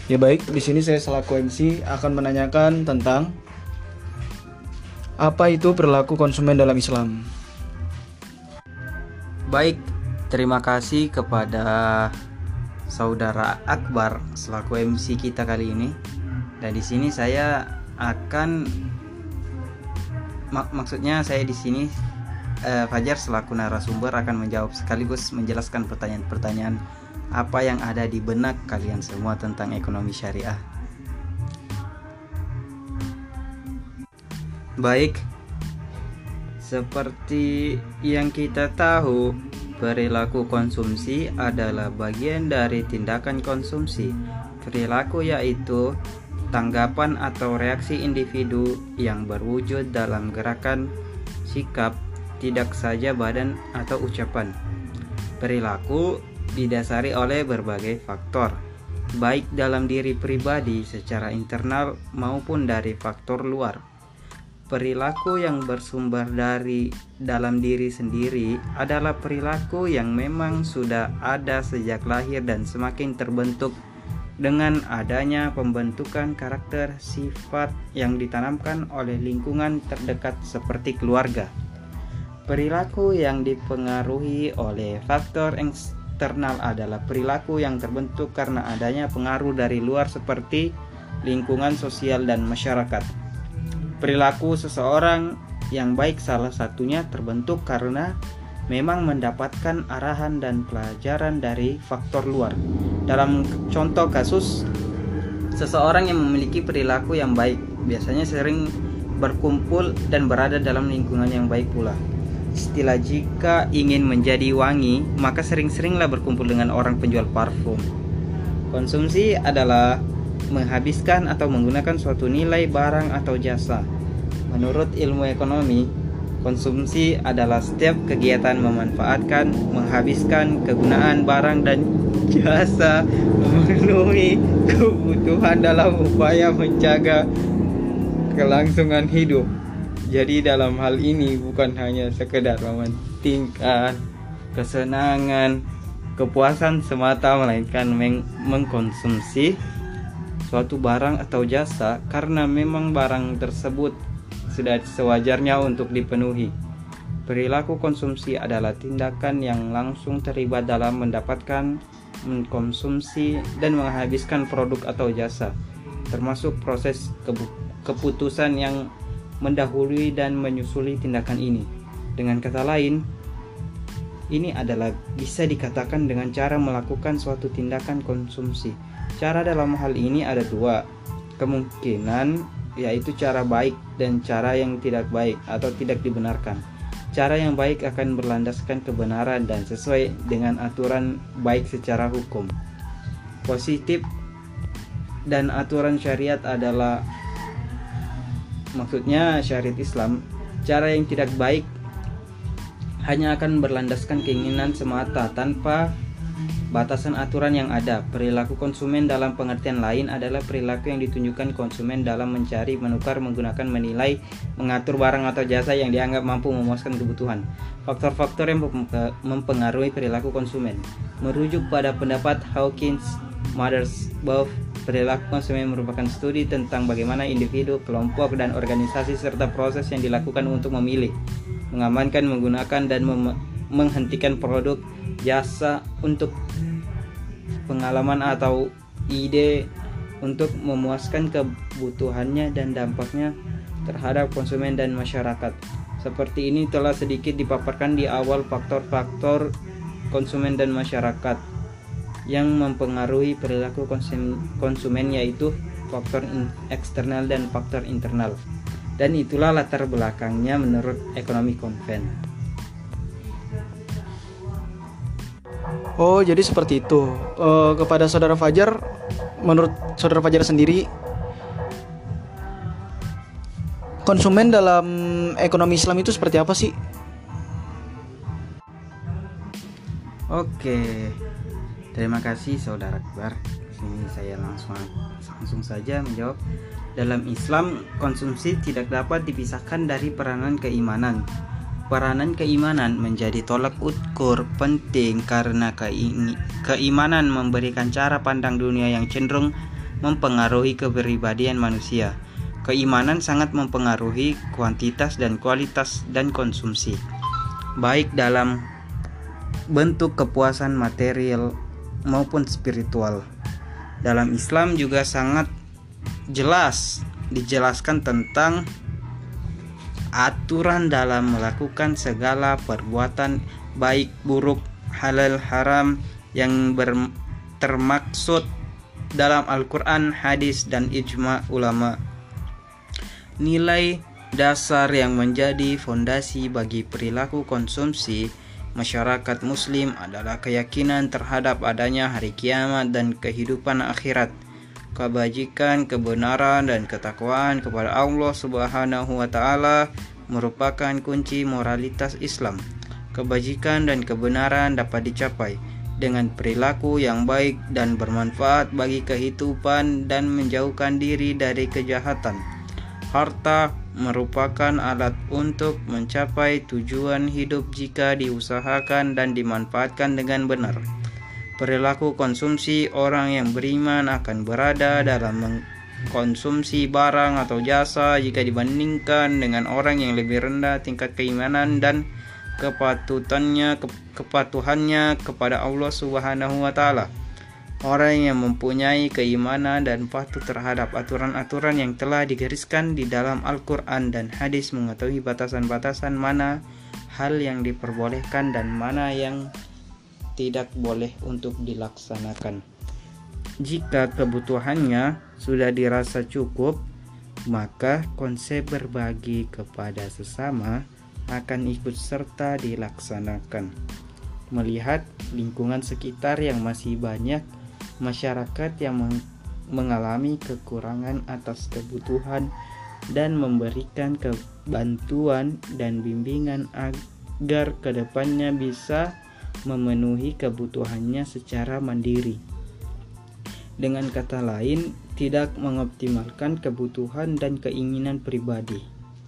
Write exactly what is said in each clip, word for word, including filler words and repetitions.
Ya baik, di sini saya selaku M C akan menanyakan tentang apa itu perilaku konsumen dalam Islam. Baik, terima kasih kepada Saudara Akbar selaku M C kita kali ini. Dan di sini saya akan mak maksudnya saya di sini eh, Fajar selaku narasumber akan menjawab sekaligus menjelaskan pertanyaan-pertanyaan apa yang ada di benak kalian semua tentang ekonomi syariah. Baik, seperti yang kita tahu, perilaku konsumsi adalah bagian dari tindakan konsumsi. Perilaku yaitu tanggapan atau reaksi individu yang berwujud dalam gerakan, sikap, tidak saja badan atau ucapan. Perilaku didasari oleh berbagai faktor, baik dalam diri pribadi secara internal maupun dari faktor luar. Perilaku yang bersumber dari dalam diri sendiri adalah perilaku yang memang sudah ada sejak lahir dan semakin terbentuk dengan adanya pembentukan karakter sifat yang ditanamkan oleh lingkungan terdekat seperti keluarga. Perilaku yang dipengaruhi oleh faktor eksternal adalah perilaku yang terbentuk karena adanya pengaruh dari luar seperti lingkungan sosial dan masyarakat. Perilaku seseorang yang baik salah satunya terbentuk karena memang mendapatkan arahan dan pelajaran dari faktor luar. Dalam contoh kasus, seseorang yang memiliki perilaku yang baik biasanya sering berkumpul dan berada dalam lingkungan yang baik pula. Istilah jika ingin menjadi wangi, maka sering-seringlah berkumpul dengan orang penjual parfum. Konsumsi adalah menghabiskan atau menggunakan suatu nilai barang atau jasa. Menurut ilmu ekonomi, konsumsi adalah setiap kegiatan memanfaatkan, menghabiskan kegunaan barang dan jasa, memenuhi kebutuhan dalam upaya menjaga kelangsungan hidup. Jadi dalam hal ini bukan hanya sekedar mementingkan kesenangan, kepuasan semata, melainkan meng- mengkonsumsi suatu barang atau jasa karena memang barang tersebut sudah sewajarnya untuk dipenuhi. Perilaku konsumsi adalah tindakan yang langsung terlibat dalam mendapatkan, mengkonsumsi, dan menghabiskan produk atau jasa, termasuk proses keputusan yang mendahului dan menyusuli tindakan ini. Dengan kata lain, ini adalah bisa dikatakan dengan cara melakukan suatu tindakan konsumsi. Cara dalam hal ini ada dua kemungkinan, yaitu cara baik dan cara yang tidak baik atau tidak dibenarkan. Cara yang baik akan berlandaskan kebenaran dan sesuai dengan aturan baik secara hukum positif, dan aturan syariat adalah maksudnya syariat Islam. Cara yang tidak baik hanya akan berlandaskan keinginan semata tanpa batasan aturan yang ada. Perilaku konsumen dalam pengertian lain adalah perilaku yang ditunjukkan konsumen dalam mencari, menukar, menggunakan, menilai, mengatur barang atau jasa yang dianggap mampu memuaskan kebutuhan. Faktor-faktor yang mempengaruhi perilaku konsumen merujuk pada pendapat Hawkins Mothers bahwa perilaku konsumen merupakan studi tentang bagaimana individu, kelompok, dan organisasi serta proses yang dilakukan untuk memilih, mengamankan, menggunakan, dan mem- menghentikan produk, jasa untuk pengalaman atau ide untuk memuaskan kebutuhannya dan dampaknya terhadap konsumen dan masyarakat. Seperti ini telah sedikit dipaparkan di awal faktor-faktor konsumen dan masyarakat yang mempengaruhi perilaku konsumen, yaitu faktor eksternal dan faktor internal. Dan itulah latar belakangnya menurut ekonomi konven. Oh, jadi seperti itu. Uh, kepada saudara Fajar, menurut saudara Fajar sendiri, konsumen dalam ekonomi Islam itu seperti apa sih? Oke, terima kasih saudara Akbar. Sini saya langsung langsung saja menjawab. Dalam Islam, konsumsi tidak dapat dipisahkan dari peranan keimanan. Peranan keimanan menjadi tolak ukur penting karena keimanan memberikan cara pandang dunia yang cenderung mempengaruhi kepribadian manusia. Keimanan sangat mempengaruhi kuantitas dan kualitas dan konsumsi, baik dalam bentuk kepuasan material maupun spiritual. Dalam Islam juga sangat jelas dijelaskan tentang aturan dalam melakukan segala perbuatan baik buruk, halal haram yang ber- termaksud dalam Al-Quran, hadis, dan ijma ulama. Nilai dasar yang menjadi fondasi bagi perilaku konsumsi masyarakat muslim adalah keyakinan terhadap adanya hari kiamat dan kehidupan akhirat, kebajikan, kebenaran, dan ketakwaan kepada Allah Subhanahu wa Ta'ala merupakan kunci moralitas Islam. Kebajikan dan kebenaran dapat dicapai dengan perilaku yang baik dan bermanfaat bagi kehidupan dan menjauhkan diri dari kejahatan. Harta merupakan alat untuk mencapai tujuan hidup jika diusahakan dan dimanfaatkan dengan benar. Perilaku konsumsi orang yang beriman akan berada dalam mengkonsumsi barang atau jasa jika dibandingkan dengan orang yang lebih rendah tingkat keimanan dan kepatutannya ke, kepatuhannya kepada Allah Subhanahu wa Ta'ala. Orang yang mempunyai keimanan dan patuh terhadap aturan-aturan yang telah digariskan di dalam Al-Quran dan hadis mengetahui batasan-batasan mana hal yang diperbolehkan dan mana yang tidak boleh untuk dilaksanakan. Jika kebutuhannya sudah dirasa cukup, maka konsep berbagi kepada sesama akan ikut serta dilaksanakan. Melihat lingkungan sekitar yang masih banyak masyarakat yang meng- mengalami kekurangan atas kebutuhan dan memberikan kebantuan dan bimbingan agar kedepannya bisa memenuhi kebutuhannya secara mandiri. Dengan kata lain, tidak mengoptimalkan kebutuhan dan keinginan pribadi.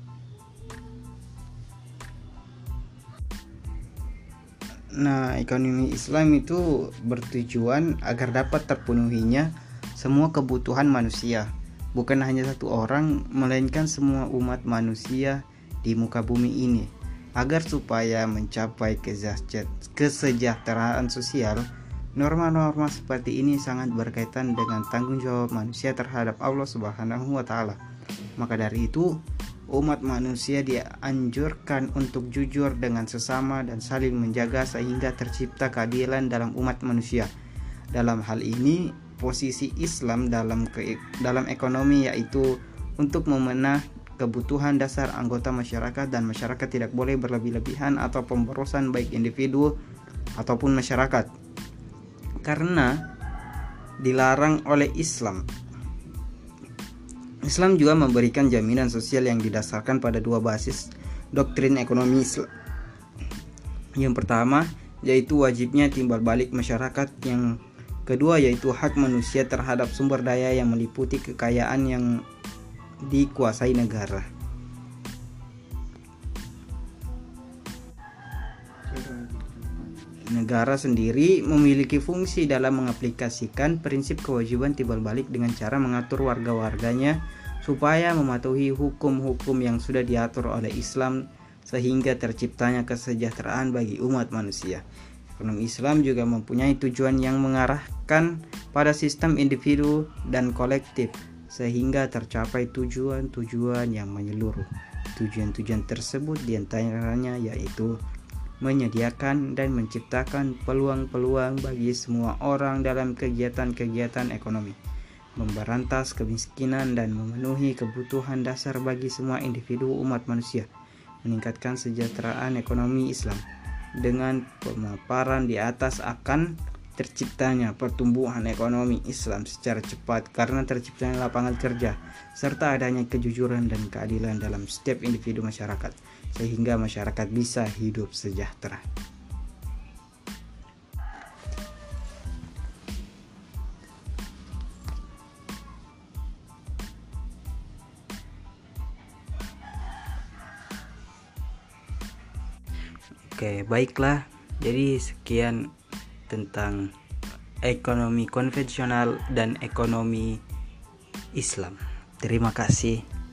Nah, ekonomi Islam itu bertujuan agar dapat terpenuhinya semua kebutuhan manusia, bukan hanya satu orang, melainkan semua umat manusia di muka bumi ini. Agar supaya mencapai kesejahteraan sosial, norma-norma seperti ini sangat berkaitan dengan tanggung jawab manusia terhadap Allah Subhanahu wa Ta'ala. Maka dari itu, umat manusia dianjurkan untuk jujur dengan sesama dan saling menjaga sehingga tercipta keadilan dalam umat manusia. Dalam hal ini, posisi Islam dalam ke, dalam ekonomi yaitu untuk memenuhi kebutuhan dasar anggota masyarakat, dan masyarakat tidak boleh berlebih-lebihan atau pemborosan baik individu ataupun masyarakat, karena dilarang oleh Islam. Islam juga memberikan jaminan sosial yang didasarkan pada dua basis doktrin ekonomi Islam. Yang pertama yaitu wajibnya timbal balik masyarakat, yang kedua yaitu hak manusia terhadap sumber daya yang meliputi kekayaan yang dikuasai negara. Negara sendiri memiliki fungsi dalam mengaplikasikan prinsip kewajiban timbal balik dengan cara mengatur warga-warganya supaya mematuhi hukum-hukum yang sudah diatur oleh Islam sehingga terciptanya kesejahteraan bagi umat manusia. Ekonomi Islam juga mempunyai tujuan yang mengarahkan pada sistem individu dan kolektif sehingga tercapai tujuan-tujuan yang menyeluruh. Tujuan-tujuan tersebut diantaranya yaitu menyediakan dan menciptakan peluang-peluang bagi semua orang dalam kegiatan-kegiatan ekonomi, memberantas kemiskinan dan memenuhi kebutuhan dasar bagi semua individu umat manusia, meningkatkan kesejahteraan ekonomi Islam. Dengan pemaparan di atas akan terciptanya pertumbuhan ekonomi Islam secara cepat karena terciptanya lapangan kerja serta adanya kejujuran dan keadilan dalam setiap individu masyarakat, sehingga masyarakat bisa hidup sejahtera. Oke, baiklah. Jadi sekian tentang ekonomi konvensional dan ekonomi Islam. Terima kasih.